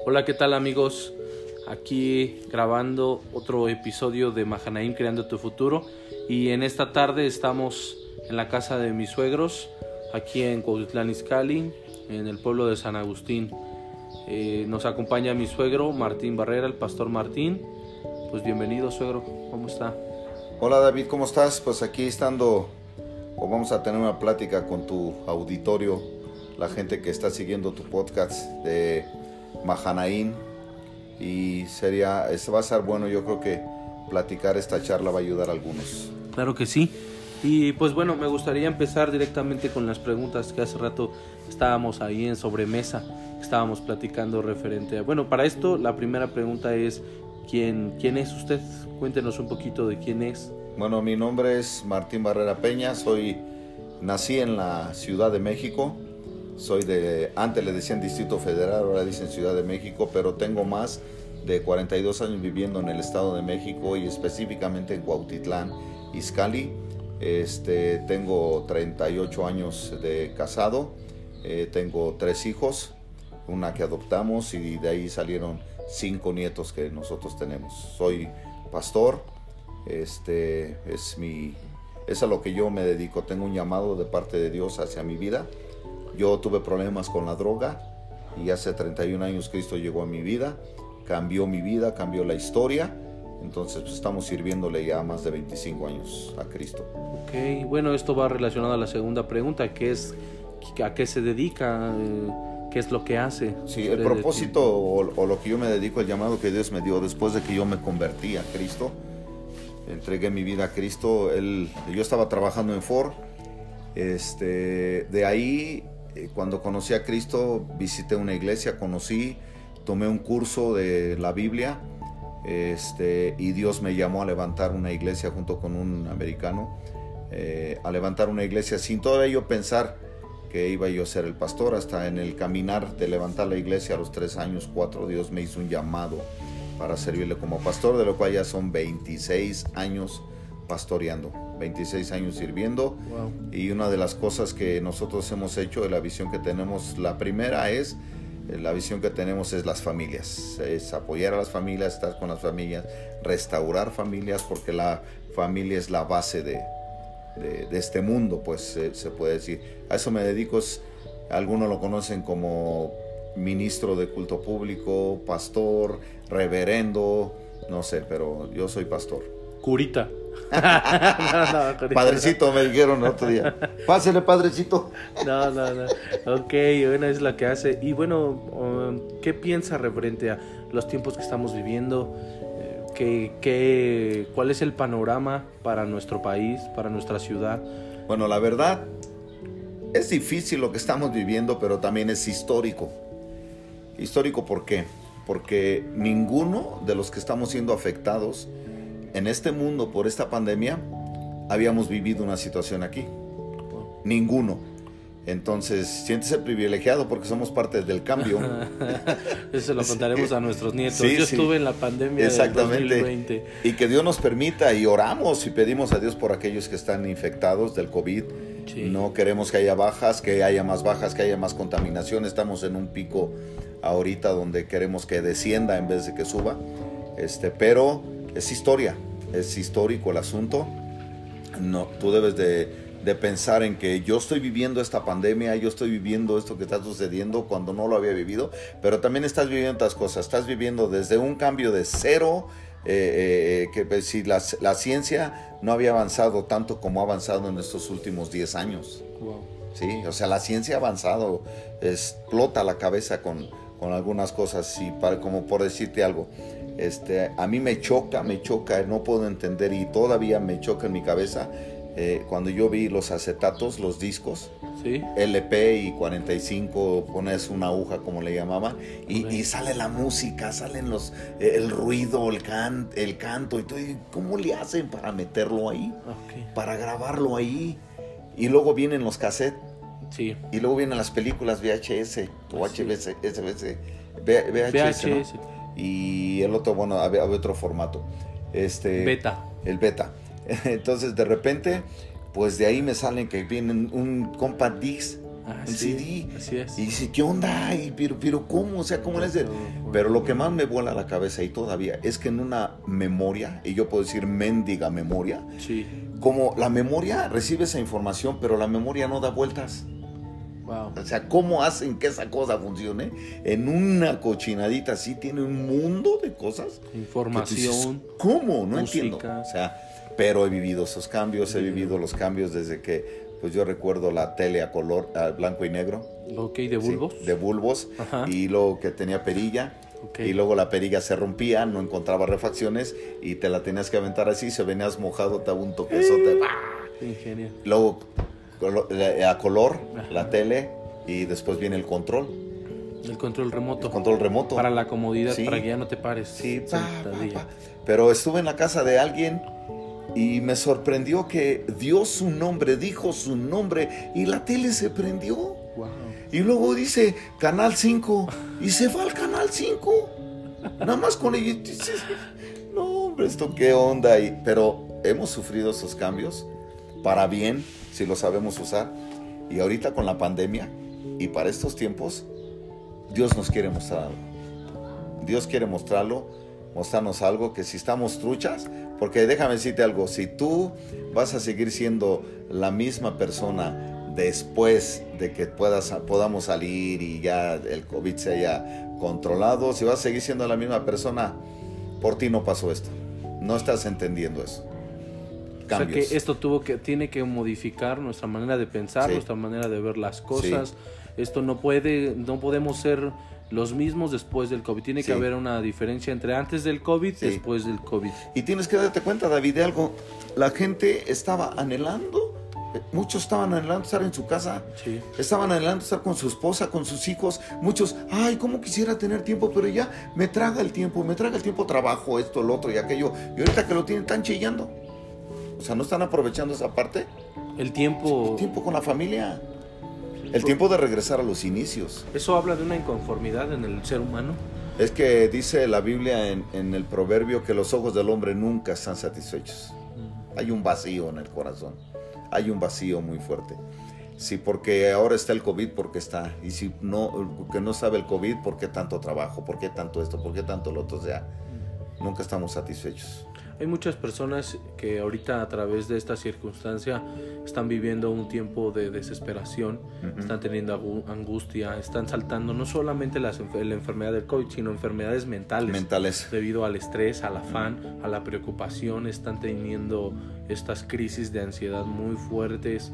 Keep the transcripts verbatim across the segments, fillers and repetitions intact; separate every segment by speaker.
Speaker 1: Hola, ¿qué tal amigos? Aquí grabando otro episodio de Mahanaim Creando tu Futuro, y en esta tarde estamos en la casa de mis suegros, aquí en Cuautitlán Izcalli, en el pueblo de San Agustín. Eh, nos acompaña mi suegro Martín Barrera, el pastor Martín. Pues bienvenido, suegro, ¿cómo está?
Speaker 2: Hola David, ¿cómo estás? Pues aquí estando, o vamos a tener una plática con tu auditorio, la gente que está siguiendo tu podcast de Mahanaim, y sería, este va a ser bueno. Yo creo que platicar esta charla va a ayudar a algunos.
Speaker 1: Claro que sí. Y pues bueno, me gustaría empezar directamente con las preguntas que hace rato estábamos ahí en sobremesa, estábamos platicando referente a... Bueno, para esto la primera pregunta es, ¿quién, quién es usted? Cuéntenos un poquito de quién es.
Speaker 2: Bueno, mi nombre es Martín Barrera Peña, soy, nací en la Ciudad de México, soy de, antes le decían Distrito Federal, ahora dicen Ciudad de México, pero tengo más de cuarenta y dos años viviendo en el Estado de México y específicamente en Cuautitlán Izcalli. Este, tengo treinta y ocho años de casado, eh, tengo tres hijos, una que adoptamos, y de ahí salieron cinco nietos que nosotros tenemos. Soy pastor, este, es, mi, es a lo que yo me dedico. Tengo un llamado de parte de Dios hacia mi vida. Yo tuve problemas con la droga y hace treinta y un años Cristo llegó a mi vida, cambió mi vida, cambió la historia. Entonces pues, estamos sirviéndole ya más de veinticinco años a Cristo.
Speaker 1: Ok, bueno, esto va relacionado a la segunda pregunta, que es ¿a qué se dedica? ¿Qué es lo que hace?
Speaker 2: Sí, el propósito o, o lo que yo me dedico, el llamado que Dios me dio después de que yo me convertí a Cristo, entregué mi vida a Cristo. Él, yo estaba trabajando en Ford, este, de ahí cuando conocí a Cristo visité una iglesia, conocí, tomé un curso de la Biblia. Este, y Dios me llamó a levantar una iglesia junto con un americano, eh, a levantar una iglesia sin todavía yo pensar que iba yo a ser el pastor. Hasta en el caminar de levantar la iglesia a los tres años, cuatro, Dios me hizo un llamado para servirle como pastor, de lo cual ya son veintiséis años pastoreando, veintiséis años sirviendo.
Speaker 1: Wow.
Speaker 2: Y una de las cosas que nosotros hemos hecho, de la visión que tenemos, la primera es La visión que tenemos es las familias, es apoyar a las familias, estar con las familias, restaurar familias, porque la familia es la base de, de, de este mundo, pues eh, se puede decir. A eso me dedico. Es, algunos lo conocen como ministro de culto público, pastor, reverendo, no sé, pero yo soy pastor.
Speaker 1: Curita. no, no,
Speaker 2: Padrecito, me dijeron el otro día. Pásele, padrecito.
Speaker 1: No, no, no. Ok, bueno, es la que hace. Y bueno, um, ¿qué piensa referente a los tiempos que estamos viviendo? Eh, ¿qué, qué, ¿Cuál es el panorama para nuestro país, para nuestra ciudad?
Speaker 2: Bueno, la verdad, es difícil lo que estamos viviendo, pero también es histórico. ¿Histórico por qué? Porque ninguno de los que estamos siendo afectados en este mundo por esta pandemia habíamos vivido una situación aquí. Wow. Ninguno. Entonces, siéntese privilegiado porque somos parte del cambio.
Speaker 1: Eso lo contaremos sí. a nuestros nietos.
Speaker 2: Sí,
Speaker 1: Yo
Speaker 2: sí.
Speaker 1: estuve en la pandemia
Speaker 2: Exactamente.
Speaker 1: del dos mil veinte.
Speaker 2: Y que Dios nos permita, y oramos y pedimos a Dios por aquellos que están infectados del COVID. Sí. No queremos que haya bajas, que haya más bajas, que haya más contaminación. Estamos en un pico ahorita donde queremos que descienda en vez de que suba. Este, pero es historia, es histórico el asunto. No, tú debes de, de pensar en que yo estoy viviendo esta pandemia, yo estoy viviendo esto que está sucediendo cuando no lo había vivido, pero también estás viviendo otras cosas. Estás viviendo desde un cambio de cero, eh, eh, que pues, si la, la ciencia no había avanzado tanto como ha avanzado en estos últimos diez años.
Speaker 1: Wow.
Speaker 2: Sí, o sea, la ciencia ha avanzado, explota la cabeza con, con algunas cosas, y para, como por decirte algo, Este, a mí me choca, me choca, no puedo entender, y todavía me choca en mi cabeza eh, cuando yo vi los acetatos, los discos,
Speaker 1: ¿sí?
Speaker 2: L P y cuarenta y cinco, pones una aguja como le llamaban, y, okay. y sale la música, salen los, eh, el ruido, el, can, el canto, y todo. ¿Cómo le hacen para meterlo ahí?
Speaker 1: Okay.
Speaker 2: Para grabarlo ahí. Y luego vienen los cassettes,
Speaker 1: sí.
Speaker 2: y luego vienen las películas V H S o H B C, S B C, V H S,
Speaker 1: V H S.
Speaker 2: ¿no? Y el otro, bueno, había, había otro formato. Este,
Speaker 1: beta.
Speaker 2: El beta. Entonces, de repente, pues de ahí me salen que vienen un compact disc
Speaker 1: Ah,
Speaker 2: en
Speaker 1: sí,
Speaker 2: C D.
Speaker 1: así es.
Speaker 2: Y dice, ¿qué onda? Y, pero, pero ¿cómo? O sea, ¿cómo le hace? Pero lo que más me vuela la cabeza y todavía es que en una memoria, y yo puedo decir mendiga memoria,
Speaker 1: Sí.
Speaker 2: como la memoria recibe esa información, pero la memoria no da vueltas.
Speaker 1: Wow.
Speaker 2: O sea, ¿cómo hacen que esa cosa funcione? En una cochinadita así tiene un mundo de cosas.
Speaker 1: Información.
Speaker 2: Dices, ¿cómo? No
Speaker 1: música.
Speaker 2: entiendo. O sea, pero he vivido esos cambios, he vivido los cambios desde que, pues yo recuerdo la tele a color, a blanco y negro.
Speaker 1: Ok, de bulbos.
Speaker 2: Sí, de bulbos.
Speaker 1: Ajá.
Speaker 2: Y luego que tenía perilla. Okay. Y luego la perilla se rompía, no encontraba refacciones y te la tenías que aventar así, se venías mojado, te daba un toquezote. ¡Bah!
Speaker 1: Ingenio.
Speaker 2: Luego a color, ajá, la tele, y después viene el control.
Speaker 1: El control remoto.
Speaker 2: El control remoto.
Speaker 1: Para la comodidad, sí, para que ya no te pares.
Speaker 2: Sí, pa, pa, pa. Pero estuve en la casa de alguien y me sorprendió que dio su nombre, dijo su nombre y la tele se prendió.
Speaker 1: Wow.
Speaker 2: Y luego dice Canal cinco y se va al Canal cinco. Nada más con ello. No, hombre, ¿esto qué onda? Y, pero hemos sufrido esos cambios para bien, si lo sabemos usar. Y ahorita con la pandemia y para estos tiempos, Dios nos quiere mostrar algo. Dios quiere mostrarlo, mostrarnos algo que si estamos truchas, porque déjame decirte algo, si tú vas a seguir siendo la misma persona después de que puedas, podamos salir y ya el COVID se haya controlado, si vas a seguir siendo la misma persona, por ti no pasó esto. No estás entendiendo eso. Cambios.
Speaker 1: O sea que esto tuvo que, tiene que modificar nuestra manera de pensar, sí, nuestra manera de ver las cosas. Sí. Esto no puede, no podemos ser los mismos después del COVID. Tiene sí. que haber una diferencia entre antes del COVID y sí. después del COVID.
Speaker 2: Y tienes que darte cuenta, David, de algo. La gente estaba anhelando, muchos estaban anhelando estar en su casa, sí. estaban anhelando estar con su esposa, con sus hijos. Muchos, ay, cómo quisiera tener tiempo, pero ya me traga el tiempo, me traga el tiempo trabajo, esto, lo otro y aquello. Y ahorita que lo tienen, están chillando. O sea, ¿no están aprovechando esa parte?
Speaker 1: El tiempo...
Speaker 2: El tiempo con la familia. El tiempo de regresar a los inicios.
Speaker 1: ¿Eso habla de una inconformidad en el ser humano?
Speaker 2: Es que dice la Biblia en, en el proverbio que los ojos del hombre nunca están satisfechos. Uh-huh. Hay un vacío en el corazón. Hay un vacío muy fuerte. Sí, porque ahora está el COVID, porque está. Y si no, que no sabe el COVID, ¿por qué tanto trabajo? ¿Por qué tanto esto? ¿Por qué tanto lo otro? O sea, uh-huh. nunca estamos satisfechos.
Speaker 1: Hay muchas personas que ahorita a través de esta circunstancia están viviendo un tiempo de desesperación, uh-huh. están teniendo angustia, están saltando no solamente las, la enfermedad del COVID, sino enfermedades mentales,
Speaker 2: mentales.
Speaker 1: Debido al estrés, al afán, uh-huh. a la preocupación, están teniendo estas crisis de ansiedad muy fuertes.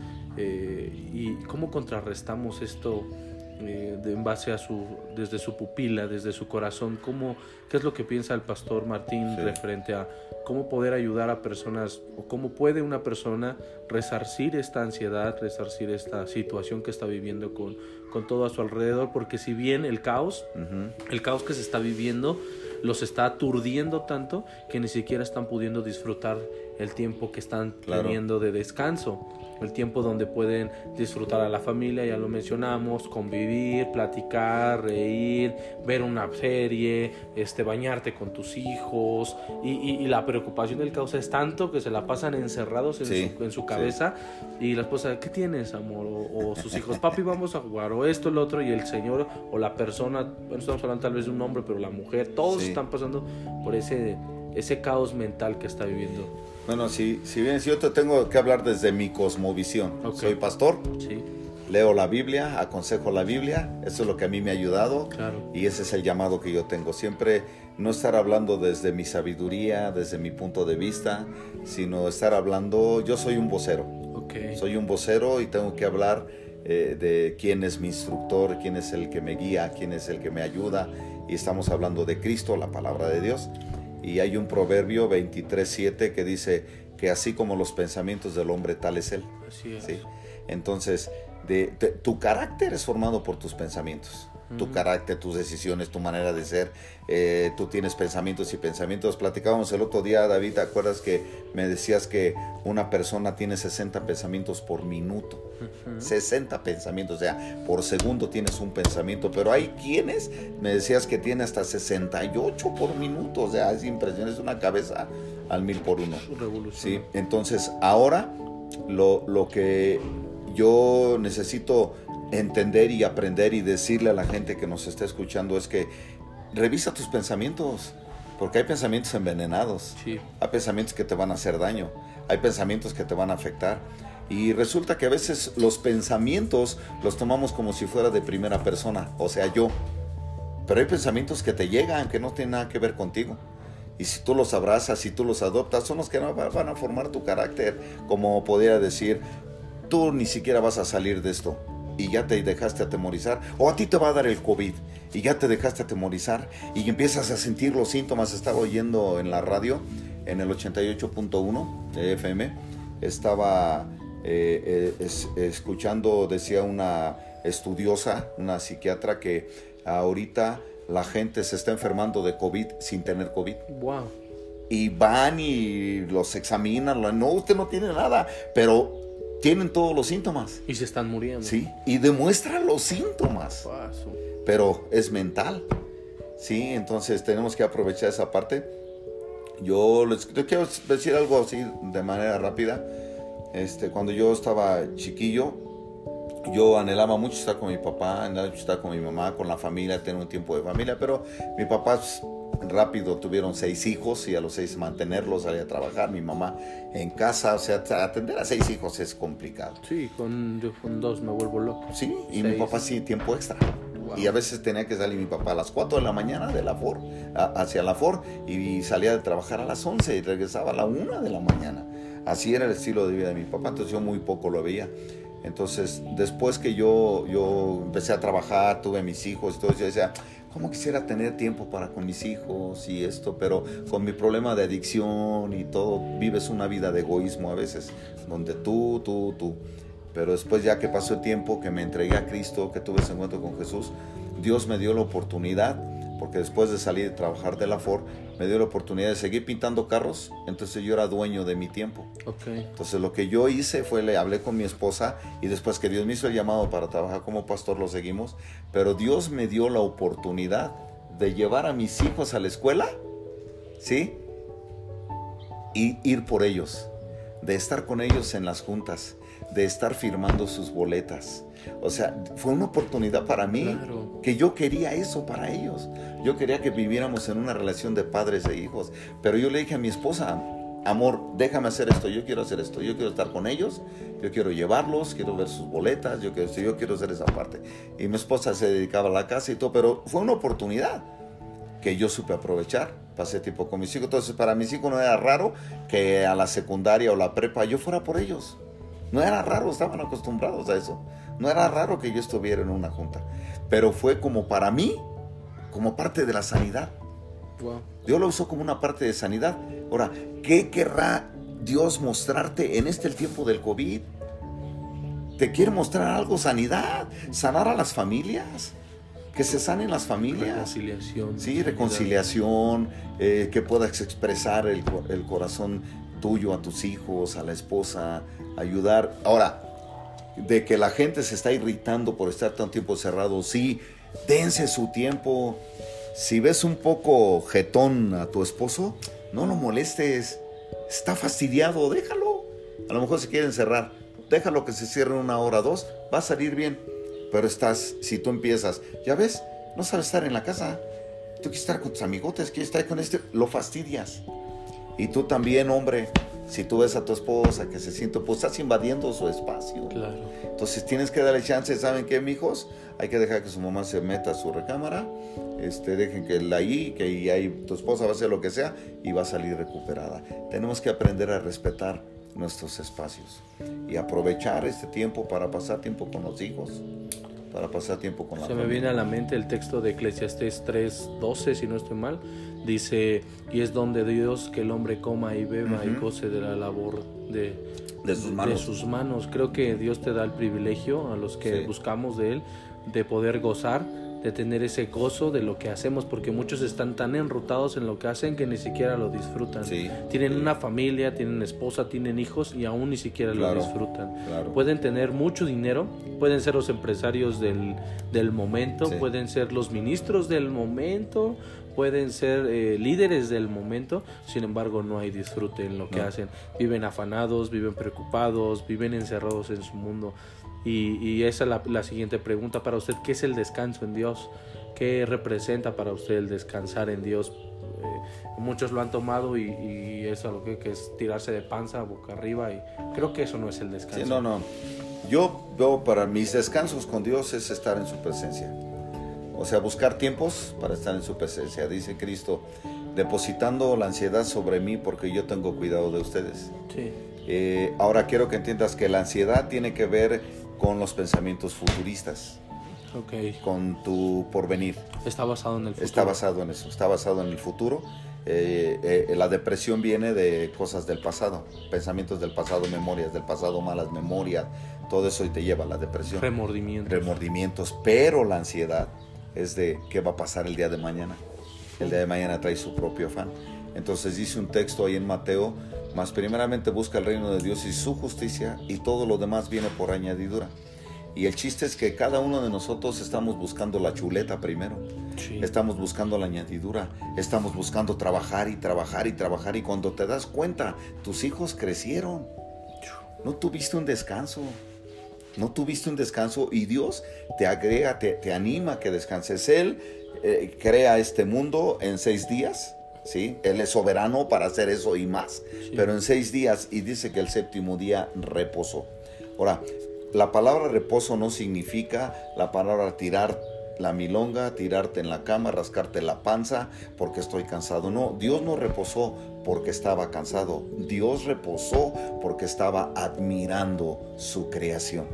Speaker 1: Eh, ¿Y cómo contrarrestamos esto? Eh, de, en base a su, desde su pupila, desde su corazón, ¿cómo, qué es lo que piensa el pastor Martín sí. referente a cómo poder ayudar a personas o cómo puede una persona resarcir esta ansiedad, resarcir esta situación que está viviendo con, con todo a su alrededor? Porque si bien el caos, uh-huh. el caos que se está viviendo los está aturdiendo tanto que ni siquiera están pudiendo disfrutar el tiempo que están claro. teniendo de descanso, el tiempo donde pueden disfrutar a la familia, ya lo mencionamos, convivir, platicar, reír, ver una serie, este, bañarte con tus hijos, y, y, y la preocupación del caos es tanto que se la pasan encerrados en, sí, su, en su cabeza, sí. y la esposa, ¿qué tienes, amor? O, o sus hijos, papi, vamos a jugar, o esto, el otro, y el señor o la persona, bueno, estamos hablando tal vez de un hombre, pero la mujer, todos sí. están pasando por ese, ese caos mental que está viviendo.
Speaker 2: Bueno, si, si bien si yo te tengo que hablar desde mi cosmovisión, okay. soy pastor,
Speaker 1: sí.
Speaker 2: leo la Biblia, aconsejo la Biblia, eso es lo que a mí me ha ayudado,
Speaker 1: claro.
Speaker 2: y ese es el llamado que yo tengo, siempre no estar hablando desde mi sabiduría, desde mi punto de vista, sino estar hablando, yo soy un vocero,
Speaker 1: okay.
Speaker 2: soy un vocero y tengo que hablar eh, de quién es mi instructor, quién es el que me guía, quién es el que me ayuda, y estamos hablando de Cristo, la palabra de Dios. Y hay un proverbio veintitrés siete que dice que así como los pensamientos del hombre, tal es él.
Speaker 1: Así es.
Speaker 2: ¿Sí? Entonces, de, de, tu carácter es formado por tus pensamientos. Uh-huh. Tu carácter, tus decisiones, tu manera de ser. Eh, tú tienes pensamientos y pensamientos. Platicábamos el otro día, David, ¿te acuerdas que me decías que una persona tiene sesenta pensamientos por minuto? Uh-huh. sesenta pensamientos, o sea, por segundo tienes un pensamiento, pero hay quienes, me decías que tiene hasta sesenta y ocho por minuto, o sea, es impresionante, es una cabeza al mil por uno.
Speaker 1: Revolución.
Speaker 2: Sí, entonces ahora lo, lo que yo necesito entender y aprender y decirle a la gente que nos está escuchando es que revisa tus pensamientos, porque hay pensamientos envenenados,
Speaker 1: Sí.
Speaker 2: hay pensamientos que te van a hacer daño, hay pensamientos que te van a afectar. Y resulta que a veces los pensamientos los tomamos como si fuera de primera persona, o sea, yo. Pero hay pensamientos que te llegan, que no tienen nada que ver contigo. Y si tú los abrazas, si tú los adoptas, son los que van a formar tu carácter. Como podría decir, tú ni siquiera vas a salir de esto y ya te dejaste atemorizar. O a ti te va a dar el COVID y ya te dejaste atemorizar y empiezas a sentir los síntomas. Estaba oyendo en la radio, en el ochenta y ocho punto uno de F M, estaba eh, eh, es, escuchando, decía una estudiosa, una psiquiatra, que ahorita la gente se está enfermando de COVID sin tener COVID.
Speaker 1: Wow.
Speaker 2: Y van y los examinan. No, usted no tiene nada, pero tienen todos los síntomas.
Speaker 1: Y se están muriendo.
Speaker 2: Sí, y demuestran los síntomas.
Speaker 1: Paso.
Speaker 2: Pero es mental. Sí, entonces tenemos que aprovechar esa parte. Yo les, les quiero decir algo así de manera rápida. Este, cuando yo estaba chiquillo, yo anhelaba mucho estar con mi papá, anhelaba mucho estar con mi mamá, con la familia, tener un tiempo de familia, pero mi papá rápido tuvieron seis hijos y a los seis mantenerlos, salía a trabajar, mi mamá en casa, o sea, atender a seis hijos es complicado.
Speaker 1: Sí, con, yo con dos me vuelvo loco.
Speaker 2: Sí, y
Speaker 1: seis.
Speaker 2: Mi papá sí, tiempo extra. Wow. Y a veces tenía que salir mi papá a las cuatro de la mañana de la Ford, a, hacia la Ford, y salía de trabajar a las once y regresaba a la una de la mañana. Así era el estilo de vida de mi papá, entonces yo muy poco lo veía. Entonces, después que yo, yo empecé a trabajar, tuve mis hijos, entonces yo decía, ¿cómo quisiera tener tiempo para con mis hijos y esto? Pero con mi problema de adicción y todo, vives una vida de egoísmo a veces, donde tú, tú, tú. Pero después, ya que pasó el tiempo, que me entregué a Cristo, que tuve ese encuentro con Jesús, Dios me dio la oportunidad, porque después de salir de trabajar de la Ford, me dio la oportunidad de seguir pintando carros. Entonces yo era dueño de mi tiempo.
Speaker 1: Okay.
Speaker 2: Entonces lo que yo hice fue, le hablé con mi esposa, y después que Dios me hizo el llamado para trabajar como pastor, lo seguimos. Pero Dios me dio la oportunidad de llevar a mis hijos a la escuela, ¿sí? Y ir por ellos, de estar con ellos en las juntas, de estar firmando sus boletas. O sea, fue una oportunidad para mí, claro, que yo quería eso para ellos. Yo quería que viviéramos en una relación de padres e hijos. Pero yo le dije a mi esposa, amor, déjame hacer esto, yo quiero hacer esto, yo quiero estar con ellos, yo quiero llevarlos, quiero ver sus boletas, yo quiero, yo quiero hacer esa parte. Y mi esposa se dedicaba a la casa y todo, pero fue una oportunidad que yo supe aprovechar. Pasé tiempo con mis hijos. Entonces, para mis hijos no era raro que a la secundaria o la prepa yo fuera por ellos. No era raro, estaban acostumbrados a eso. No era raro que yo estuviera en una junta. Pero fue como para mí, como parte de la sanidad.
Speaker 1: Wow. Dios
Speaker 2: lo usó como una parte de sanidad. Ahora, ¿qué querrá Dios mostrarte en este el tiempo del COVID? Te quiere mostrar algo, sanidad, sanar a las familias, que se sanen las familias.
Speaker 1: Reconciliación.
Speaker 2: Sí, reconciliación, eh, que puedas expresar el, el corazón tuyo a tus hijos, a la esposa, ayudar. Ahora, de que la gente se está irritando por estar tanto tiempo cerrado, sí, dense su tiempo. Si ves un poco jetón a tu esposo, no lo molestes, está fastidiado, déjalo. A lo mejor se quiere encerrar, déjalo que se cierre una hora o dos, va a salir bien. Pero estás, si tú empiezas, ya ves, no sabes estar en la casa, tú quieres estar con tus amigotes, quieres estar con este, lo fastidias. Y tú también, hombre, si tú ves a tu esposa que se siente, pues estás invadiendo su espacio.
Speaker 1: Claro.
Speaker 2: Entonces tienes que darle chance. ¿Saben qué, mijos? Hay que dejar que su mamá se meta a su recámara, este, dejen que él ahí, que ahí tu esposa va a hacer lo que sea y va a salir recuperada. Tenemos que aprender a respetar nuestros espacios y aprovechar este tiempo para pasar tiempo con los hijos, para pasar tiempo con la
Speaker 1: Se
Speaker 2: familia.
Speaker 1: me viene a la mente el texto de Eclesiastés tres doce, si no estoy mal. Dice, y es don de Dios que el hombre coma y beba uh-huh. y goce de la labor de,
Speaker 2: de, sus manos.
Speaker 1: de sus manos. Creo que Dios te da el privilegio a los que sí. buscamos de Él, de poder gozar, de tener ese gozo de lo que hacemos, porque muchos están tan enrutados en lo que hacen que ni siquiera lo disfrutan.
Speaker 2: Sí.
Speaker 1: Tienen una familia, tienen esposa, tienen hijos y aún ni siquiera claro, lo disfrutan.
Speaker 2: Claro.
Speaker 1: Pueden tener mucho dinero, pueden ser los empresarios del, del momento, sí. pueden ser los ministros del momento, pueden ser eh, líderes del momento, sin embargo no hay disfrute en lo que no. hacen. Viven afanados, viven preocupados, viven encerrados en su mundo. Y, y esa es la, la siguiente pregunta para usted: ¿qué es el descanso en Dios? ¿Qué representa para usted el descansar en Dios? Eh, muchos lo han tomado y, y eso lo que, que es tirarse de panza boca arriba, y creo que eso no es el descanso.
Speaker 2: Sí, no, no. Yo veo, para mis descansos con Dios es estar en su presencia. O sea, buscar tiempos para estar en su presencia. Dice Cristo, depositando la ansiedad sobre mí porque yo tengo cuidado de ustedes.
Speaker 1: Sí.
Speaker 2: Eh, ahora quiero que entiendas que la ansiedad tiene que ver con los pensamientos futuristas.
Speaker 1: Okay.
Speaker 2: Con tu porvenir.
Speaker 1: Está basado en el futuro.
Speaker 2: Está basado en eso, está basado en el futuro. Eh, eh, la depresión viene de cosas del pasado, pensamientos del pasado, memorias del pasado, malas memorias, todo eso y te lleva a la depresión.
Speaker 1: Remordimientos.
Speaker 2: Remordimientos, pero la ansiedad es de qué va a pasar el día de mañana. El día de mañana trae su propio afán. Entonces dice un texto ahí en Mateo, mas primeramente busca el reino de Dios y su justicia, y todo lo demás viene por añadidura. Y el chiste es que cada uno de nosotros estamos buscando la chuleta primero. Sí. Estamos buscando la añadidura. Estamos buscando trabajar y trabajar y trabajar. Y cuando te das cuenta, tus hijos crecieron. No tuviste un descanso. No tuviste un descanso. Y Dios te agrega, te, te anima a que descanses. Él eh, crea este mundo en seis días. ¿Sí? Él es soberano para hacer eso y más. Sí. Pero en seis días. Y dice que el séptimo día reposó. Ahora, la palabra reposo no significa la palabra tirar la milonga, tirarte en la cama, rascarte la panza porque estoy cansado. No, Dios no reposó porque estaba cansado. Dios reposó porque estaba admirando su creación.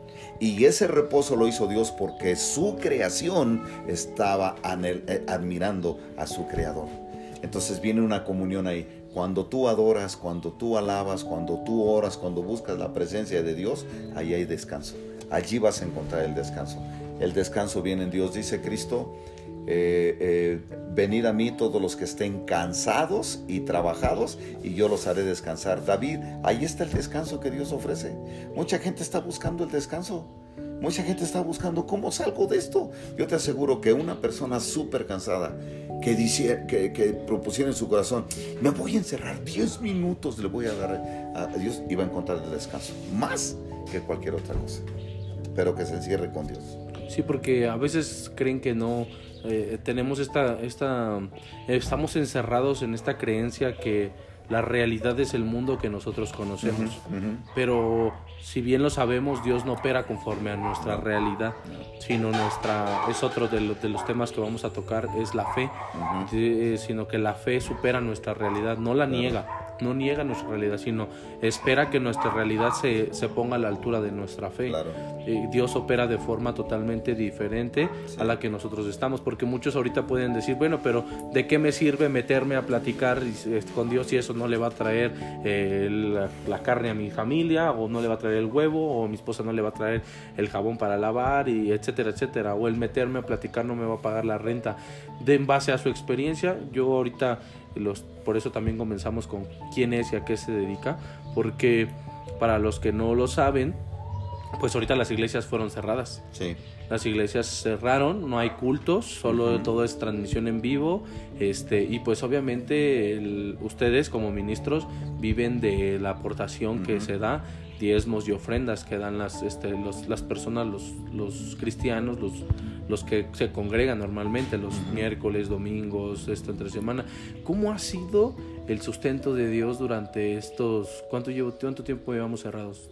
Speaker 2: Y ese reposo lo hizo Dios porque su creación estaba admirando a su creador. Entonces viene una comunión ahí. Cuando tú adoras, cuando tú alabas, cuando tú oras, cuando buscas la presencia de Dios, ahí hay descanso. Allí vas a encontrar el descanso. El descanso viene en Dios. Dice Cristo, eh, eh, venid a mí todos los que estén cansados y trabajados y yo los haré descansar. David, ahí está el descanso que Dios ofrece. Mucha gente está buscando el descanso. Mucha gente está buscando cómo salgo de esto. Yo te aseguro que una persona súper cansada que, dice, que, que propusiera en su corazón, me voy a encerrar diez minutos, le voy a dar a Dios, y va a encontrar el descanso, más que cualquier otra cosa, pero que se encierre con Dios.
Speaker 1: Sí, porque a veces creen que no, eh, tenemos esta, esta, eh, estamos encerrados en esta creencia que la realidad es el mundo que nosotros conocemos, uh-huh, uh-huh. Pero si bien lo sabemos, Dios no opera conforme a nuestra realidad, sino nuestra, es otro de, lo, de los temas que vamos a tocar, es la fe, uh-huh. eh, sino que la fe supera nuestra realidad, no la claro. niega. No niega nuestra realidad, sino espera que nuestra realidad se, se ponga a la altura de nuestra fe.
Speaker 2: Claro.
Speaker 1: Eh, Dios opera de forma totalmente diferente sí. a la que nosotros estamos, porque muchos ahorita pueden decir, bueno, pero ¿de qué me sirve meterme a platicar con Dios si eso no le va a traer eh, la, la carne a mi familia, o no le va a traer el huevo, o mi esposa no le va a traer el jabón para lavar, y etcétera, etcétera, o el meterme a platicar no me va a pagar la renta? De en base a su experiencia, yo ahorita Los, por eso también comenzamos con quién es y a qué se dedica, porque para los que no lo saben, pues ahorita las iglesias fueron cerradas.
Speaker 2: Sí.
Speaker 1: Las iglesias cerraron, no hay cultos, solo uh-huh. todo es transmisión en vivo, este, y pues obviamente el, ustedes como ministros viven de la aportación uh-huh. que se da, diezmos y ofrendas que dan las, este, los, las personas, los, los cristianos, los los que se congregan normalmente los uh-huh. miércoles, domingos, esto entre semana. ¿Cómo ha sido el sustento de Dios durante estos, cuánto llevo, cuánto tiempo llevamos cerrados?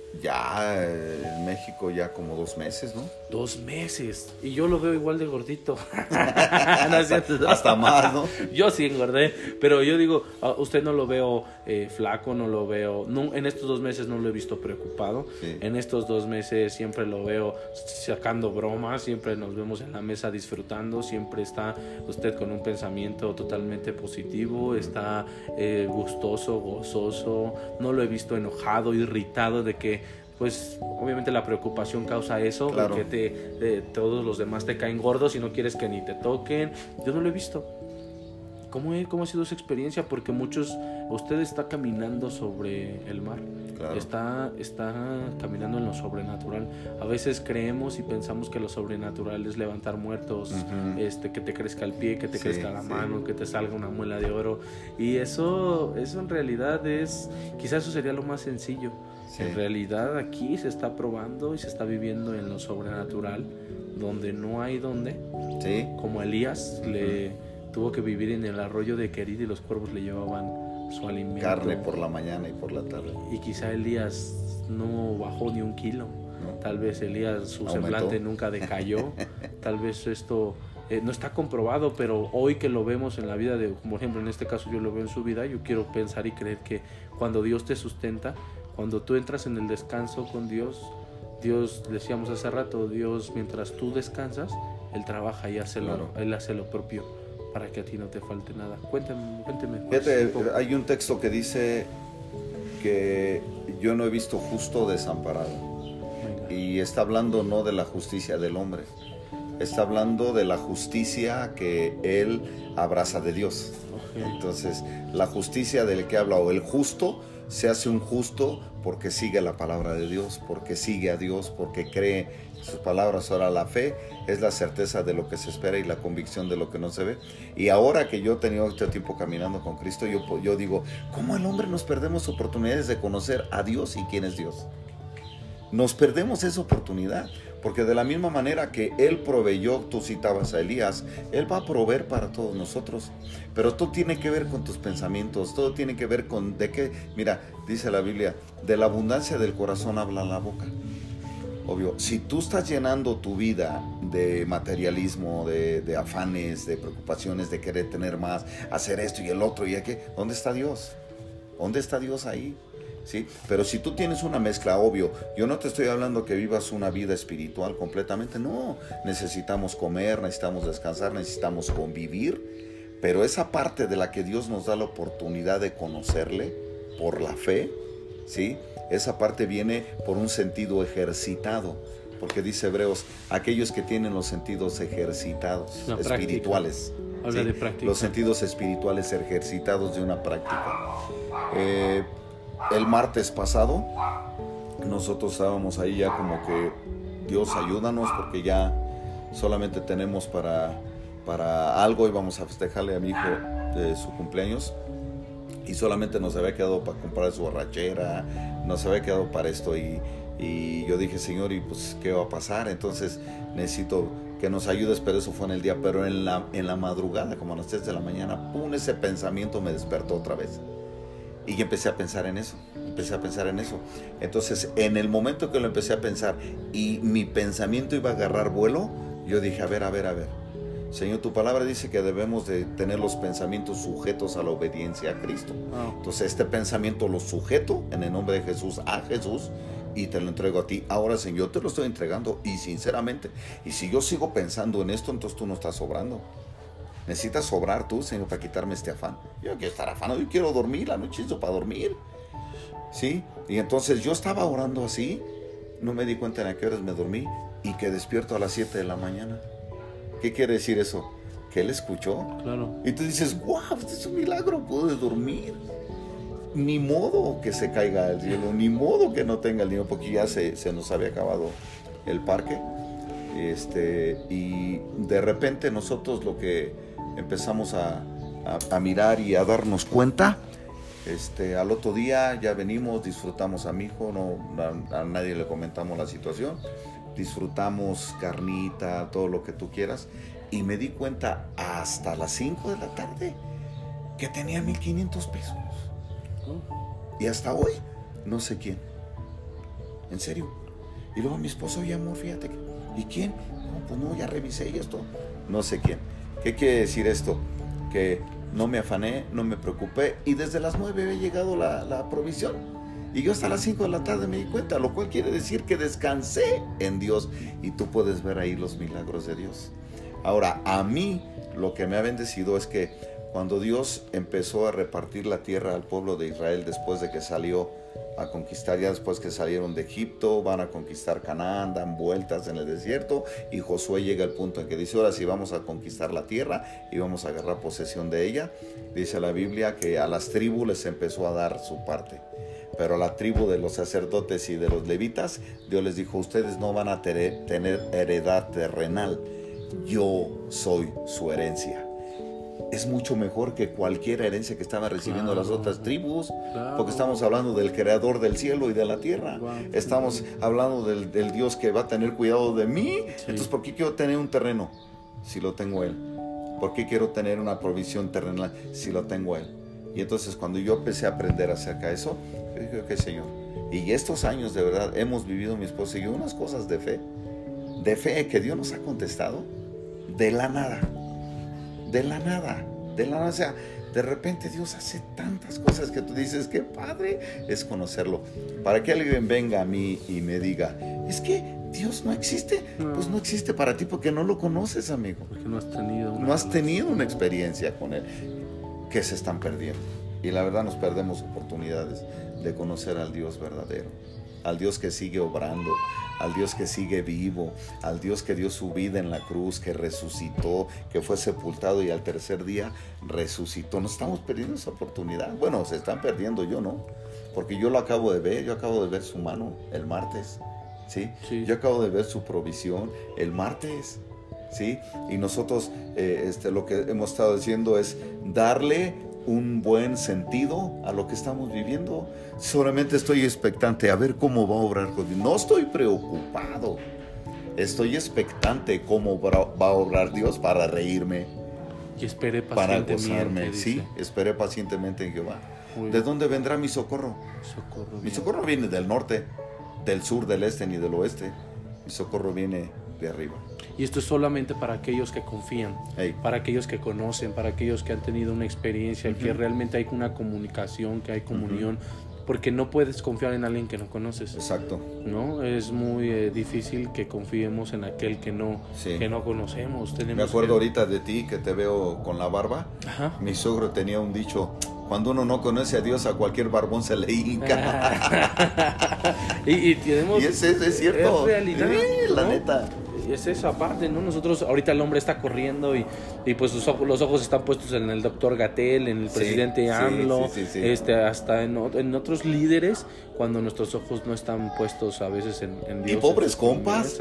Speaker 2: Ya en México ya como dos meses, ¿no?
Speaker 1: Dos meses. Y yo lo veo igual de gordito.
Speaker 2: no, hasta, hasta más, ¿no?
Speaker 1: Yo sí engordé, pero yo digo, uh, usted no lo veo eh, flaco, no lo veo, no, en estos dos meses no lo he visto preocupado. Sí. En estos dos meses siempre lo veo sacando bromas, siempre nos vemos en la mesa disfrutando, siempre está usted con un pensamiento totalmente positivo, está eh, gustoso, gozoso, no lo he visto enojado, irritado de que pues obviamente la preocupación causa eso, claro. porque te, eh, todos los demás te caen gordos y no quieres que ni te toquen. Yo no lo he visto. ¿cómo, es, ¿cómo ha sido esa experiencia? Porque muchos, usted está caminando sobre el mar, claro. está, está caminando en lo sobrenatural. A veces creemos y pensamos que lo sobrenatural es levantar muertos, uh-huh. este, que te crezca el pie, que te sí, crezca la sí. mano, que te salga una muela de oro. Y eso, eso en realidad es, quizás eso sería lo más sencillo. Sí. En realidad aquí se está probando y se está viviendo en lo sobrenatural, donde no hay donde, sí. como Elías uh-huh. le tuvo que vivir en el arroyo de Querit y los cuervos le llevaban su alimento.
Speaker 2: Carne por la mañana y por la tarde.
Speaker 1: Y quizá Elías no bajó ni un kilo, ¿no? Tal vez Elías, su Aumentó. semblante nunca decayó, tal vez esto eh, no está comprobado, pero hoy que lo vemos en la vida de, por ejemplo en este caso yo lo veo en su vida, yo quiero pensar y creer que cuando Dios te sustenta, cuando tú entras en el descanso con Dios, Dios, decíamos hace rato, Dios mientras tú descansas, Él trabaja y hace, claro. lo, Él hace lo propio para que a ti no te falte nada. Cuéntame, cuénteme.
Speaker 2: Fíjate, hay un texto que dice que yo no he visto justo desamparado. Venga. Y está hablando no de la justicia del hombre, está hablando de la justicia que Él abraza de Dios. Okay. Entonces, la justicia del que habla, o el justo, se hace un justo porque sigue la palabra de Dios, porque sigue a Dios, porque cree sus palabras. Ahora la fe es la certeza de lo que se espera y la convicción de lo que no se ve. Y ahora que yo he tenido este tiempo caminando con Cristo, yo, yo digo, ¿cómo el hombre nos perdemos oportunidades de conocer a Dios y quién es Dios? Nos perdemos esa oportunidad, porque de la misma manera que Él proveyó, tú citabas a Elías, Él va a proveer para todos nosotros, pero todo tiene que ver con tus pensamientos, todo tiene que ver con de qué, mira, dice la Biblia, de la abundancia del corazón habla la boca. Obvio, si tú estás llenando tu vida de materialismo, de, de afanes, de preocupaciones, de querer tener más, hacer esto y el otro y aquello, ¿dónde está Dios? ¿Dónde está Dios ahí? ¿Sí? Pero si tú tienes una mezcla, obvio, yo no te estoy hablando que vivas una vida espiritual completamente, no, necesitamos comer, necesitamos descansar, necesitamos convivir, pero esa parte de la que Dios nos da la oportunidad de conocerle por la fe, ¿sí? Esa parte viene por un sentido ejercitado, porque dice Hebreos, aquellos que tienen los sentidos ejercitados,
Speaker 1: una
Speaker 2: espirituales,
Speaker 1: Habla
Speaker 2: ¿sí?
Speaker 1: de práctica.
Speaker 2: Los sentidos espirituales ejercitados de una práctica. Eh, El martes pasado nosotros estábamos ahí ya como que Dios ayúdanos porque ya solamente tenemos para, para algo, íbamos a festejarle a mi hijo de su cumpleaños y solamente nos había quedado para comprar su arrachera, nos había quedado para esto y, y yo dije, Señor, y pues ¿qué va a pasar? Entonces necesito que nos ayudes, pero eso fue en el día, pero en la, en la madrugada, como a las tres de la mañana, pum, ese pensamiento me despertó otra vez. Y yo empecé a pensar en eso, empecé a pensar en eso. Entonces, en el momento que lo empecé a pensar y mi pensamiento iba a agarrar vuelo, yo dije, a ver, a ver, a ver. Señor, tu palabra dice que debemos de tener los pensamientos sujetos a la obediencia a Cristo. Oh. Entonces, este pensamiento lo sujeto en el nombre de Jesús a Jesús y te lo entrego a ti. Ahora, Señor, te lo estoy entregando y sinceramente, y si yo sigo pensando en esto, entonces tú no estás sobrando. Necesitas sobrar tú, Señor, para quitarme este afán. Yo no quiero estar afanado, yo quiero dormir, la noche es para dormir. ¿Sí? Y entonces yo estaba orando así, no me di cuenta en a qué horas me dormí y que despierto a las siete de la mañana. ¿Qué quiere decir eso? Que Él escuchó.
Speaker 1: Claro.
Speaker 2: Y tú dices, wow, este es un milagro, puedo dormir. Ni modo que se caiga el cielo, ni modo que no tenga el dinero, porque ya se, se nos había acabado el parque. Este, y de repente nosotros lo que empezamos a, a, a mirar y a darnos cuenta, este, al otro día ya venimos, disfrutamos a mi hijo, no, a, a nadie le comentamos la situación, disfrutamos carnita, todo lo que tú quieras, y me di cuenta hasta las cinco de la tarde que tenía mil quinientos pesos. Y hasta hoy, no sé quién. En serio. Y luego mi esposo, oye amor, fíjate. ¿Y quién? No, pues no, ya revisé y esto. No sé quién. ¿Qué quiere decir esto? Que no me afané, no me preocupé. Y desde las nueve había llegado la, la provisión. Y yo hasta las cinco de la tarde me di cuenta. Lo cual quiere decir que descansé en Dios. Y tú puedes ver ahí los milagros de Dios. Ahora, a mí lo que me ha bendecido es que cuando Dios empezó a repartir la tierra al pueblo de Israel después de que salió a conquistar ya después que salieron de Egipto, van a conquistar Canaán, dan vueltas en el desierto y Josué llega al punto en que dice, ahora sí vamos a conquistar la tierra y vamos a agarrar posesión de ella. Dice la Biblia que a las tribus les empezó a dar su parte, pero a la tribu de los sacerdotes y de los levitas, Dios les dijo, ustedes no van a tener, tener heredad terrenal, yo soy su herencia. Es mucho mejor que cualquier herencia que estaban recibiendo claro, las otras tribus, claro. porque estamos hablando del creador del cielo y de la tierra. Wow. Estamos hablando del, del Dios que va a tener cuidado de mí. Sí. Entonces, ¿por qué quiero tener un terreno si lo tengo Él? ¿Por qué quiero tener una provisión terrenal si lo tengo Él? Y entonces, cuando yo empecé a aprender acerca de eso, yo dije, ok, Señor. Y estos años, de verdad, hemos vivido, mi esposa y yo, unas cosas de fe. De fe que Dios nos ha contestado de la nada. De la nada, de la nada, o sea, de repente Dios hace tantas cosas que tú dices, qué padre es conocerlo. Para que alguien venga a mí y me diga, es que Dios no existe, no. Pues no existe para ti porque no lo conoces, amigo. Porque
Speaker 1: no has tenido una,
Speaker 2: no has tenido una experiencia con Él, que se están perdiendo. Y la verdad nos perdemos oportunidades de conocer al Dios verdadero, al Dios que sigue obrando, al Dios que sigue vivo, al Dios que dio su vida en la cruz, que resucitó, que fue sepultado y al tercer día resucitó. Nos estamos perdiendo esa oportunidad. Bueno, se están perdiendo, yo no, porque yo lo acabo de ver, yo acabo de ver su mano el martes, ¿sí? Sí. Yo acabo de ver su provisión el martes, ¿sí? Y nosotros eh, este, lo que hemos estado haciendo es darle un buen sentido a lo que estamos viviendo. Solamente estoy expectante a ver cómo va a obrar con Dios. No estoy preocupado, estoy expectante cómo va a obrar Dios para reírme
Speaker 1: y esperé pacientemente,
Speaker 2: para gozarme. Sí, esperé pacientemente en Jehová. Muy ¿De dónde vendrá mi socorro?
Speaker 1: socorro
Speaker 2: mi socorro viene del norte, del sur, del este ni del oeste. Mi socorro viene de arriba.
Speaker 1: Y esto es solamente para aquellos que confían, hey. para aquellos que conocen, para aquellos que han tenido una experiencia, uh-huh. que realmente hay una comunicación, que hay comunión, uh-huh. porque no puedes confiar en alguien que no conoces.
Speaker 2: Exacto.
Speaker 1: ¿No? Es muy eh, difícil que confiemos en aquel que no, sí. que no conocemos. Tenemos
Speaker 2: Me acuerdo
Speaker 1: que...
Speaker 2: ahorita de ti, que te veo con la barba. Ajá. Mi suegro tenía un dicho, cuando uno no conoce a Dios, a cualquier barbón se le hinca.
Speaker 1: y, y, tenemos,
Speaker 2: y es, es, es cierto.
Speaker 1: Es realidad.
Speaker 2: Sí, la
Speaker 1: ¿no?
Speaker 2: neta.
Speaker 1: Es eso aparte, ¿no? Nosotros, ahorita el hombre está corriendo y, y pues sus ojos, los ojos están puestos en el doctor Gatell, en el sí, presidente AMLO, sí, sí, sí, sí. Este, hasta en, en otros líderes, cuando nuestros ojos no están puestos a veces en, en Dios.
Speaker 2: Y pobres compas.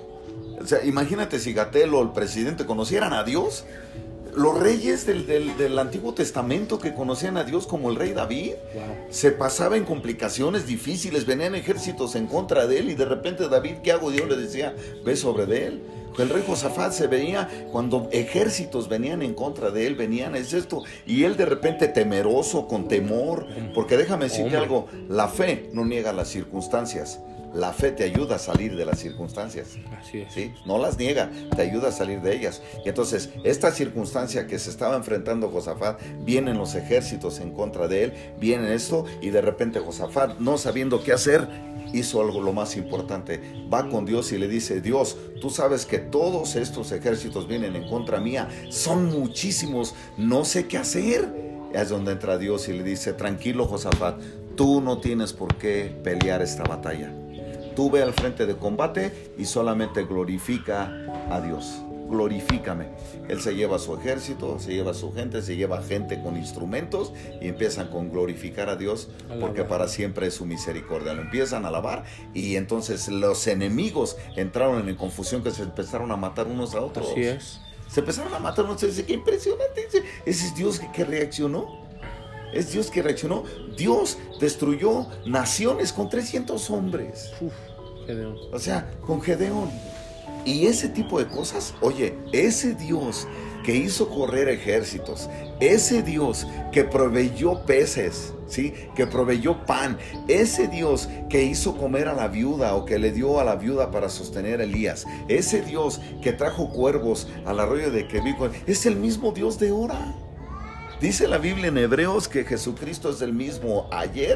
Speaker 2: O sea, imagínate si Gatell o el presidente conocieran a Dios. Los reyes del, del, del Antiguo Testamento que conocían a Dios como el rey David, wow. se pasaba en complicaciones difíciles, venían ejércitos en contra de él y de repente David, ¿qué hago? Dios le decía, ve sobre de él. El rey Josafat se veía cuando ejércitos venían en contra de él, venían, es esto, y él de repente temeroso, con temor, porque déjame decirte Hombre. algo, la fe no niega las circunstancias. La fe te ayuda a salir de las circunstancias.
Speaker 1: Así es.
Speaker 2: ¿Sí? No las niega, te ayuda a salir de ellas. Y entonces, esta circunstancia que se estaba enfrentando Josafat, vienen los ejércitos en contra de él, viene esto, y de repente Josafat, no sabiendo qué hacer, hizo algo lo más importante. Va con Dios y le dice, Dios, tú sabes que todos estos ejércitos vienen en contra mía, son muchísimos, no sé qué hacer. Es donde entra Dios y le dice, tranquilo Josafat, tú no tienes por qué pelear esta batalla. Tú ve al frente de combate y solamente glorifica a Dios. Glorifícame. Él se lleva a su ejército, se lleva a su gente, se lleva a gente con instrumentos y empiezan con glorificar a Dios porque para siempre es su misericordia. Lo empiezan a alabar y entonces los enemigos entraron en confusión, que se empezaron a matar unos a otros.
Speaker 1: Así es.
Speaker 2: Se empezaron a matar unos. Dice, qué impresionante. Ese es Dios que, que reaccionó. Es Dios que reaccionó. Dios destruyó naciones con trescientos hombres.
Speaker 1: Uf, Gedeón.
Speaker 2: O sea, con Gedeón. Y ese tipo de cosas, oye, ese Dios que hizo correr ejércitos, ese Dios que proveyó peces, ¿sí? Que proveyó pan, ese Dios que hizo comer a la viuda o que le dio a la viuda para sostener a Elías, ese Dios que trajo cuervos al arroyo de Quebico, es el mismo Dios de ahora. Dice la Biblia en Hebreos que Jesucristo es el mismo ayer,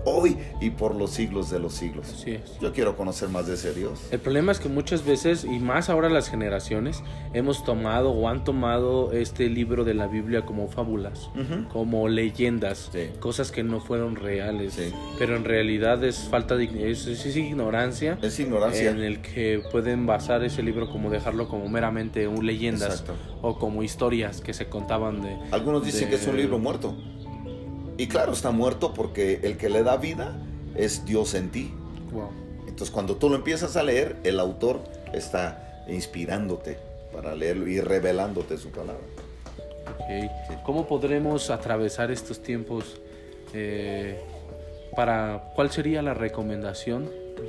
Speaker 2: hoy y por los siglos de los siglos.
Speaker 1: Así es.
Speaker 2: Yo quiero conocer más de ese Dios.
Speaker 1: El problema es que muchas veces, y más ahora las generaciones, hemos tomado o han tomado este libro de la Biblia como fábulas, uh-huh. como leyendas, sí. cosas que no fueron reales, sí. pero en realidad es falta de es, es, es ignorancia.
Speaker 2: Es ignorancia.
Speaker 1: En el que pueden basar ese libro como dejarlo como meramente un leyendas. Exacto. O como historias que se contaban de...
Speaker 2: Algunos dicen
Speaker 1: de,
Speaker 2: que es un libro muerto. Y claro, está muerto porque el que le da vida es Dios en ti.
Speaker 1: Wow.
Speaker 2: Entonces, cuando tú lo empiezas a leer, el autor está inspirándote para leerlo y revelándote su palabra.
Speaker 1: Okay. Sí. ¿Cómo podremos atravesar estos tiempos? Eh, para, ¿Cuál sería la recomendación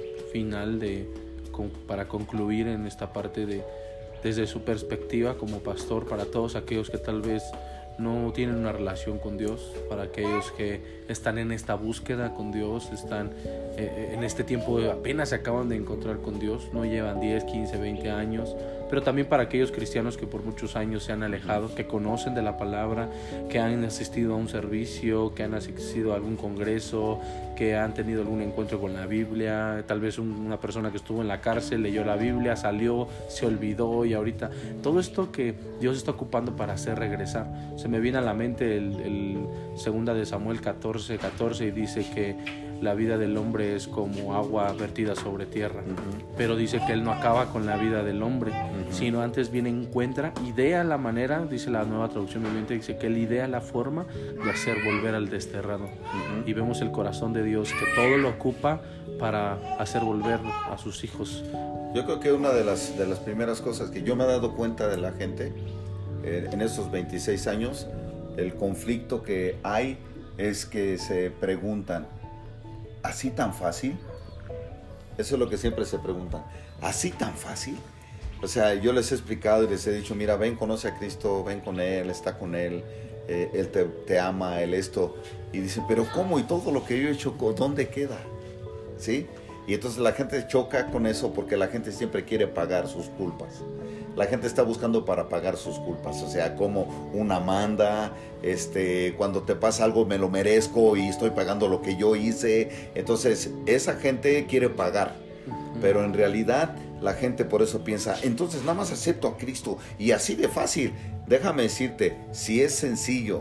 Speaker 1: final de, con, para concluir en esta parte de, desde su perspectiva como pastor, para todos aquellos que tal vez no tienen una relación con Dios, para aquellos que están en esta búsqueda con Dios, están eh, en este tiempo apenas se acaban de encontrar con Dios, no llevan diez, quince, veinte años, pero también para aquellos cristianos que por muchos años se han alejado, que conocen de la palabra, que han asistido a un servicio, que han asistido a algún congreso, que han tenido algún encuentro con la Biblia, tal vez un, una persona que estuvo en la cárcel, leyó la Biblia, salió, se olvidó y ahorita todo esto que Dios está ocupando para hacer regresar. Se me viene a la mente el, el segunda de Samuel catorce, catorce y dice que la vida del hombre es como agua vertida sobre tierra, uh-huh. pero dice que Él no acaba con la vida del hombre, uh-huh. sino antes bien encuentra, idea la manera, dice la Nueva Traducción Viviente, dice que Él idea la forma de hacer volver al desterrado, uh-huh. y vemos el corazón de Dios que todo lo ocupa para hacer volver a sus hijos.
Speaker 2: Yo creo que una de las, de las primeras cosas que yo me he dado cuenta de la gente eh, en estos veintiséis años, el conflicto que hay es que se preguntan, ¿así tan fácil? Eso es lo que siempre se preguntan. ¿Así tan fácil? O sea, yo les he explicado y les he dicho, mira, ven, conoce a Cristo, ven con Él, está con Él, eh, Él te, te ama, Él esto. Y dicen, pero ¿cómo? ¿Y todo lo que yo he hecho, dónde queda? ¿Sí? Y entonces la gente choca con eso porque la gente siempre quiere pagar sus culpas. La gente está buscando para pagar sus culpas, o sea, como una manda, este, cuando te pasa algo me lo merezco y estoy pagando lo que yo hice. Entonces, esa gente quiere pagar, pero en realidad la gente por eso piensa, entonces nada más acepto a Cristo y así de fácil. Déjame decirte, si es sencillo,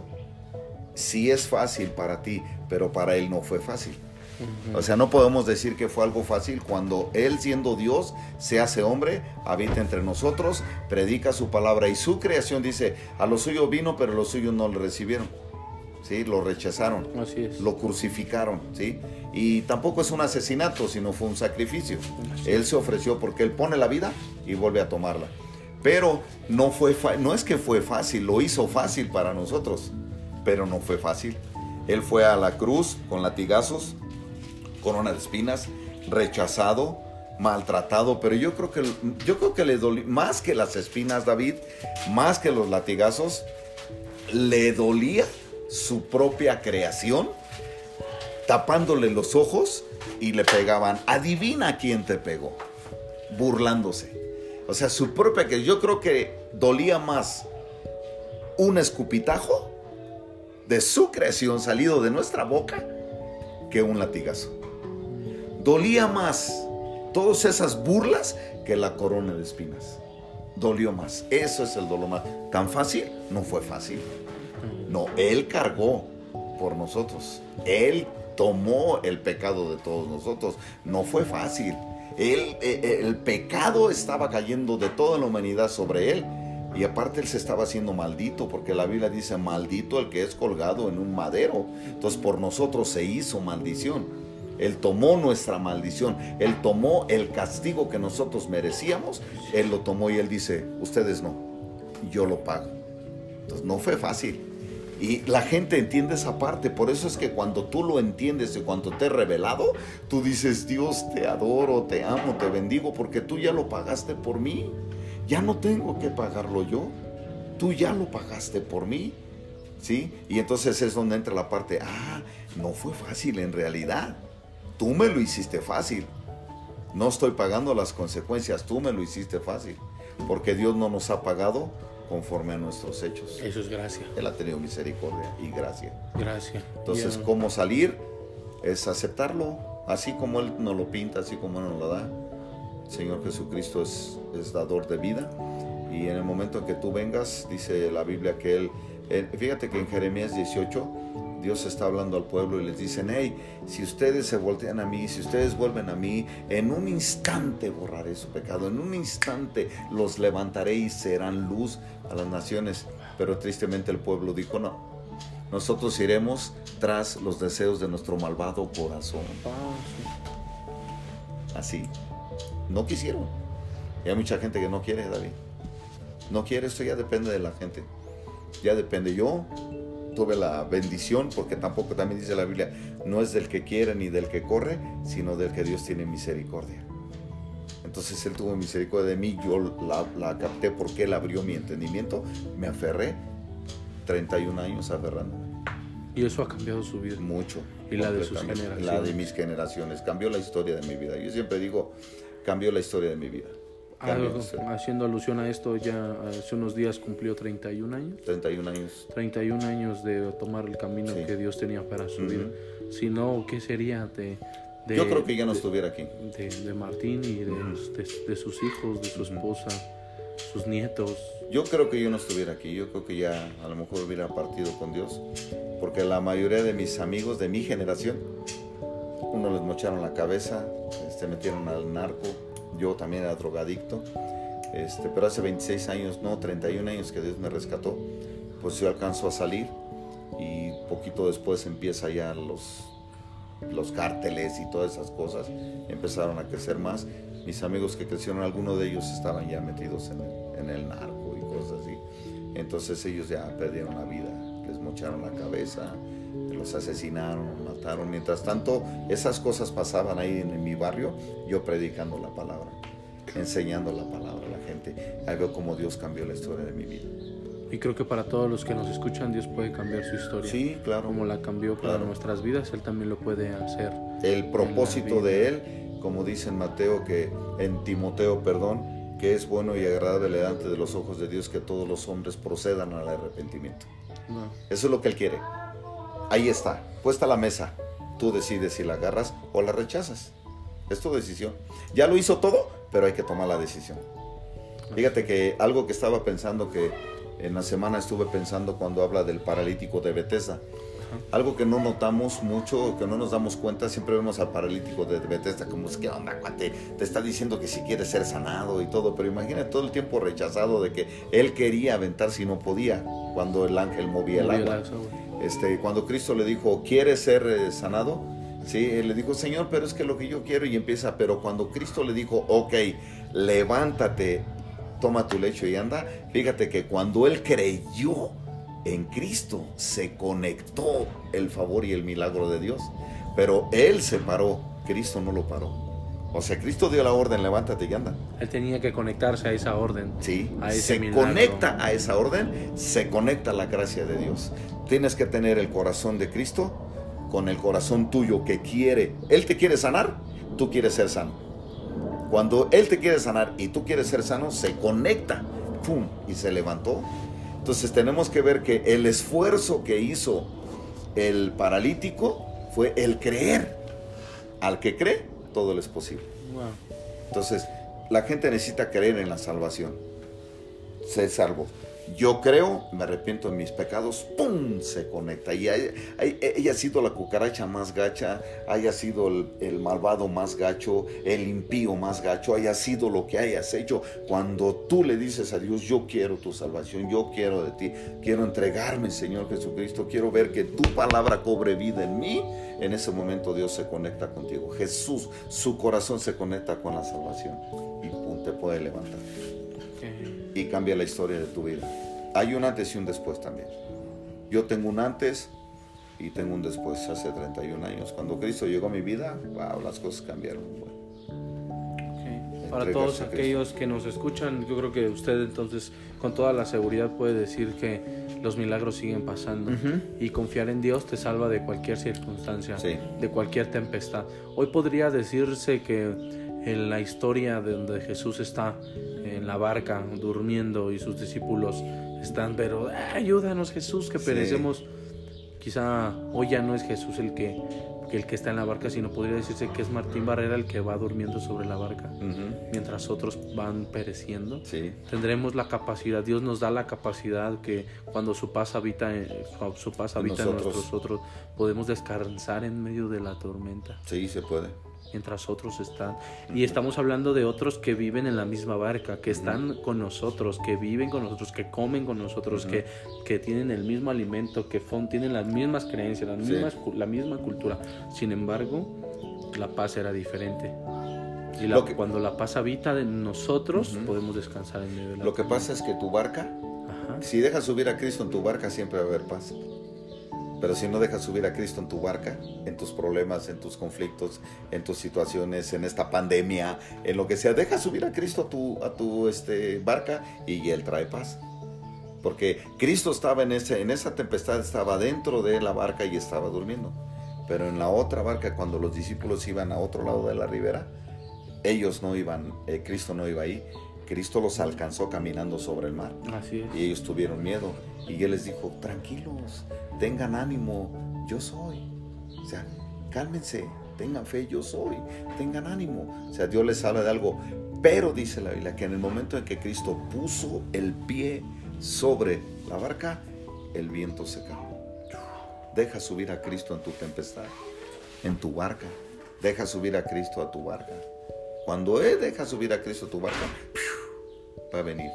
Speaker 2: si es fácil para ti, pero para Él no fue fácil. O sea, no podemos decir que fue algo fácil cuando Él, siendo Dios, se hace hombre, habita entre nosotros, predica su palabra y su creación dice, a lo suyo vino, pero los suyos no le recibieron, ¿sí? Lo rechazaron,
Speaker 1: así es.
Speaker 2: Lo crucificaron, ¿sí? Y tampoco es un asesinato, sino fue un sacrificio. Así Él se ofreció porque Él pone la vida y vuelve a tomarla. Pero no, fue fa- no es que fue fácil, lo hizo fácil para nosotros, pero no fue fácil. Él fue a la cruz con latigazos, corona de espinas, rechazado, maltratado, pero yo creo que, yo creo que le dolió, más que las espinas, David, más que los latigazos, le dolía su propia creación, tapándole los ojos y le pegaban. Adivina quién te pegó, burlándose. O sea, su propia creación. Yo creo que dolía más un escupitajo de su creación salido de nuestra boca que un latigazo. Dolía más todas esas burlas que la corona de espinas. Dolió más. Eso es el dolor más. ¿Tan fácil? No fue fácil. No, Él cargó por nosotros. Él tomó el pecado de todos nosotros. No fue fácil. Él, el pecado estaba cayendo de toda la humanidad sobre Él. Y aparte Él se estaba haciendo maldito, porque la Biblia dice, maldito el que es colgado en un madero. Entonces por nosotros se hizo maldición. Él tomó nuestra maldición, Él tomó el castigo que nosotros merecíamos, Él lo tomó y Él dice, ustedes no, yo lo pago. Entonces no fue fácil. Y la gente entiende esa parte, por eso es que cuando tú lo entiendes y cuando te he revelado, tú dices, Dios, te adoro, te amo, te bendigo, porque tú ya lo pagaste por mí. Ya no tengo que pagarlo yo, tú ya lo pagaste por mí, ¿sí? Y entonces es donde entra la parte, ah, no fue fácil en realidad. Tú me lo hiciste fácil. No estoy pagando las consecuencias, tú me lo hiciste fácil. Porque Dios no nos ha pagado conforme a nuestros hechos.
Speaker 1: Eso es gracia.
Speaker 2: Él ha tenido misericordia y gracia.
Speaker 1: Gracia.
Speaker 2: Entonces,
Speaker 1: Yeah.
Speaker 2: ¿cómo salir? es aceptarlo, así como Él nos lo pinta, así como Él nos lo da. El Señor Jesucristo es, es dador de vida, y en el momento en que tú vengas, dice la Biblia que Él, eh, fíjate que en Jeremías dieciocho, Dios está hablando al pueblo y les dicen: hey, si ustedes se voltean a mí, si ustedes vuelven a mí, en un instante borraré su pecado, en un instante los levantaré y serán luz a las naciones. Pero tristemente el pueblo dijo: no, nosotros iremos tras los deseos de nuestro malvado corazón. Así, no quisieron. Y hay mucha gente que no quiere, David. No quiere, esto ya depende de la gente. Ya depende. Yo tuve la bendición, porque tampoco, también dice la Biblia, no es del que quiere ni del que corre, sino del que Dios tiene misericordia. Entonces Él tuvo misericordia de mí, yo la, la capté porque Él abrió mi entendimiento, me aferré, treinta y un años aferrándome.
Speaker 1: Y eso ha cambiado su vida.
Speaker 2: Mucho.
Speaker 1: Y la de sus generaciones.
Speaker 2: La de mis generaciones, cambió la historia de mi vida. Yo siempre digo, cambió la historia de mi vida.
Speaker 1: Ah, haciendo alusión a esto, ya hace unos días cumplió treinta y un años.
Speaker 2: treinta y un años.
Speaker 1: treinta y un años de tomar el camino, sí, que Dios tenía para su uh-huh. vida. Si no, ¿qué sería de, de
Speaker 2: Yo creo que ya no
Speaker 1: de,
Speaker 2: estuviera aquí.
Speaker 1: De, de Martín y de, uh-huh. de, de sus hijos, de su uh-huh. esposa, sus nietos?
Speaker 2: Yo creo que yo no estuviera aquí. Yo creo que ya a lo mejor hubiera partido con Dios. Porque la mayoría de mis amigos de mi generación, uno les mocharon la cabeza, este, metieron al narco. Yo también era drogadicto, este, pero hace veintiséis años, no, treinta y un años que Dios me rescató, pues yo alcanzo a salir, y poquito después empieza ya los, los cárteles y todas esas cosas, empezaron a crecer más. Mis amigos que crecieron, algunos de ellos estaban ya metidos en el, en el narco y cosas así, entonces ellos ya perdieron la vida, les mocharon la cabeza, los asesinaron, mataron. Mientras tanto, esas cosas pasaban ahí en, en mi barrio, yo predicando la palabra, enseñando la palabra a la gente. Ahí veo cómo Dios cambió la historia de mi vida.
Speaker 1: Y creo que para todos los que nos escuchan, Dios puede cambiar su historia.
Speaker 2: Sí, claro.
Speaker 1: Como la cambió para
Speaker 2: claro.
Speaker 1: nuestras vidas, Él también lo puede hacer.
Speaker 2: El propósito de Él, como dice en Mateo, que en Timoteo, perdón, que es bueno y agradable delante de los ojos de Dios que todos los hombres procedan al arrepentimiento. No. Eso es lo que Él quiere. Ahí está, puesta la mesa. Tú decides si la agarras o la rechazas. Es tu decisión. Ya lo hizo todo, pero hay que tomar la decisión. Fíjate que algo que estaba pensando, que en la semana estuve pensando cuando habla del paralítico de Bethesda. Algo que no notamos mucho, que no nos damos cuenta, siempre vemos al paralítico de Bethesda como es que onda, cuate, te está diciendo que si quiere ser sanado y todo, pero imagina todo el tiempo rechazado de que él quería aventar si no podía, cuando el ángel movía el agua. Este, cuando Cristo le dijo, ¿quieres ser eh, sanado? Sí, él le dijo, Señor, pero es que lo que yo quiero, y empieza, pero cuando Cristo le dijo, ok, levántate, toma tu lecho y anda, fíjate que cuando él creyó en Cristo, se conectó el favor y el milagro de Dios, pero él se paró, Cristo no lo paró. O sea, Cristo dio la orden, levántate y anda.
Speaker 1: Él tenía que conectarse a esa orden.
Speaker 2: Sí,
Speaker 1: a ese
Speaker 2: se
Speaker 1: milagro.
Speaker 2: Conecta a esa orden, se conecta a la gracia de Dios. Tienes que tener el corazón de Cristo con el corazón tuyo que quiere. Él te quiere sanar, tú quieres ser sano. Cuando Él te quiere sanar y tú quieres ser sano, se conecta, ¡pum!, y se levantó. Entonces tenemos que ver que el esfuerzo que hizo el paralítico fue el creer. Al que cree, todo le es posible. Wow. Entonces, la gente necesita creer en la salvación. Ser salvo. Yo creo, me arrepiento de mis pecados, ¡pum!, se conecta. Y haya, haya sido la cucaracha más gacha, haya sido el, el malvado más gacho, el impío más gacho, haya sido lo que hayas hecho. Cuando tú le dices a Dios, yo quiero tu salvación, yo quiero de ti, quiero entregarme, Señor Jesucristo, quiero ver que tu palabra cobre vida en mí, en ese momento Dios se conecta contigo. Jesús, su corazón se conecta con la salvación y ¡pum!, te puede levantar. Y cambia la historia de tu vida. Hay un antes y un después también. Yo tengo un antes y tengo un después hace treinta y un años. Cuando Cristo llegó a mi vida, wow, las cosas cambiaron. Bueno,
Speaker 1: okay. Para todos aquellos que nos escuchan, yo creo que usted entonces con toda la seguridad puede decir que los milagros siguen pasando. Uh-huh. Y confiar en Dios te salva de cualquier circunstancia, sí, de cualquier tempestad. Hoy podría decirse que en la historia de donde Jesús está en la barca durmiendo y sus discípulos están, pero ¡ah, ayúdanos, Jesús, que perecemos! Sí. Quizá hoy ya no es Jesús el que, que el que está en la barca, sino podría decirse que es Martín Barrera el que va durmiendo sobre la barca, uh-huh. mientras otros van pereciendo.
Speaker 2: Sí.
Speaker 1: Tendremos la capacidad, Dios nos da la capacidad que cuando su paz habita en, su, su paz habita nosotros. en nosotros, podemos descansar en medio de la tormenta.
Speaker 2: Sí, se puede.
Speaker 1: Mientras otros están, y estamos hablando de otros que viven en la misma barca, que están uh-huh. con nosotros, que viven con nosotros, que comen con nosotros, uh-huh. que, que tienen el mismo alimento, que son, tienen las mismas creencias, las sí. mismas, la misma cultura. Sin embargo, la paz era diferente. Y la, que, cuando la paz habita en nosotros, uh-huh. podemos descansar en medio de la
Speaker 2: Lo que pasa es que tu barca, uh-huh. si dejas subir a Cristo en tu barca, siempre va a haber paz. Pero si no dejas subir a Cristo en tu barca, en tus problemas, en tus conflictos, en tus situaciones, en esta pandemia, en lo que sea, deja subir a Cristo a tu, a tu este, barca y Él trae paz. Porque Cristo estaba en, ese, en esa tempestad, estaba dentro de la barca y estaba durmiendo. Pero en la otra barca, cuando los discípulos iban a otro lado de la ribera, ellos no iban, eh, Cristo no iba ahí. Cristo los alcanzó caminando sobre el mar.
Speaker 1: Así es.
Speaker 2: Y ellos tuvieron miedo. Y Él les dijo, tranquilos, tengan ánimo, yo soy. O sea, cálmense, tengan fe, yo soy, tengan ánimo. O sea, Dios les habla de algo. Pero dice la Biblia que en el momento en que Cristo puso el pie sobre la barca, el viento se calmó. Deja subir a Cristo en tu tempestad, en tu barca. Deja subir a Cristo a tu barca. Cuando Él deja subir a Cristo a tu barca, va a venir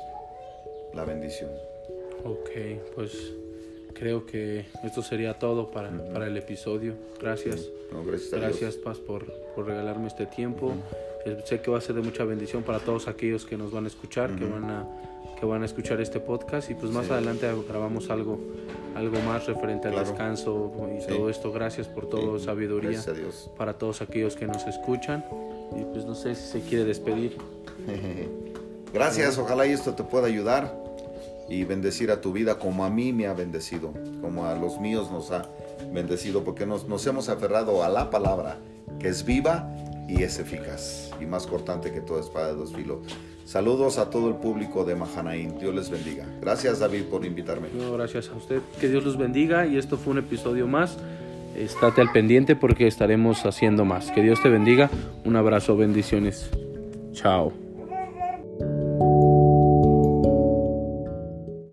Speaker 2: la bendición.
Speaker 1: Ok, pues creo que esto sería todo para, uh-huh. para el episodio. Gracias.
Speaker 2: Sí. No, gracias,
Speaker 1: gracias Paz, por, por regalarme este tiempo. Uh-huh. Sé que va a ser de mucha bendición para todos aquellos que nos van a escuchar, uh-huh. que van a que van a escuchar este podcast. Y pues más sí. adelante grabamos algo, algo más referente al claro. descanso y sí. todo esto. Gracias por todo, sí. sabiduría para todos aquellos que nos escuchan. Y pues no sé si se quiere despedir.
Speaker 2: Gracias, ojalá esto te pueda ayudar y bendecir a tu vida como a mí me ha bendecido, como a los míos nos ha bendecido, porque nos, nos hemos aferrado a la palabra que es viva y es eficaz y más cortante que toda espada de dos filos. Saludos a todo el público de Mahanaim, Dios les bendiga. Gracias, David, por invitarme.
Speaker 1: No, gracias a usted, que Dios los bendiga, y esto fue un episodio más. Estate al pendiente porque estaremos haciendo más. Que Dios te bendiga, un abrazo, bendiciones, chao.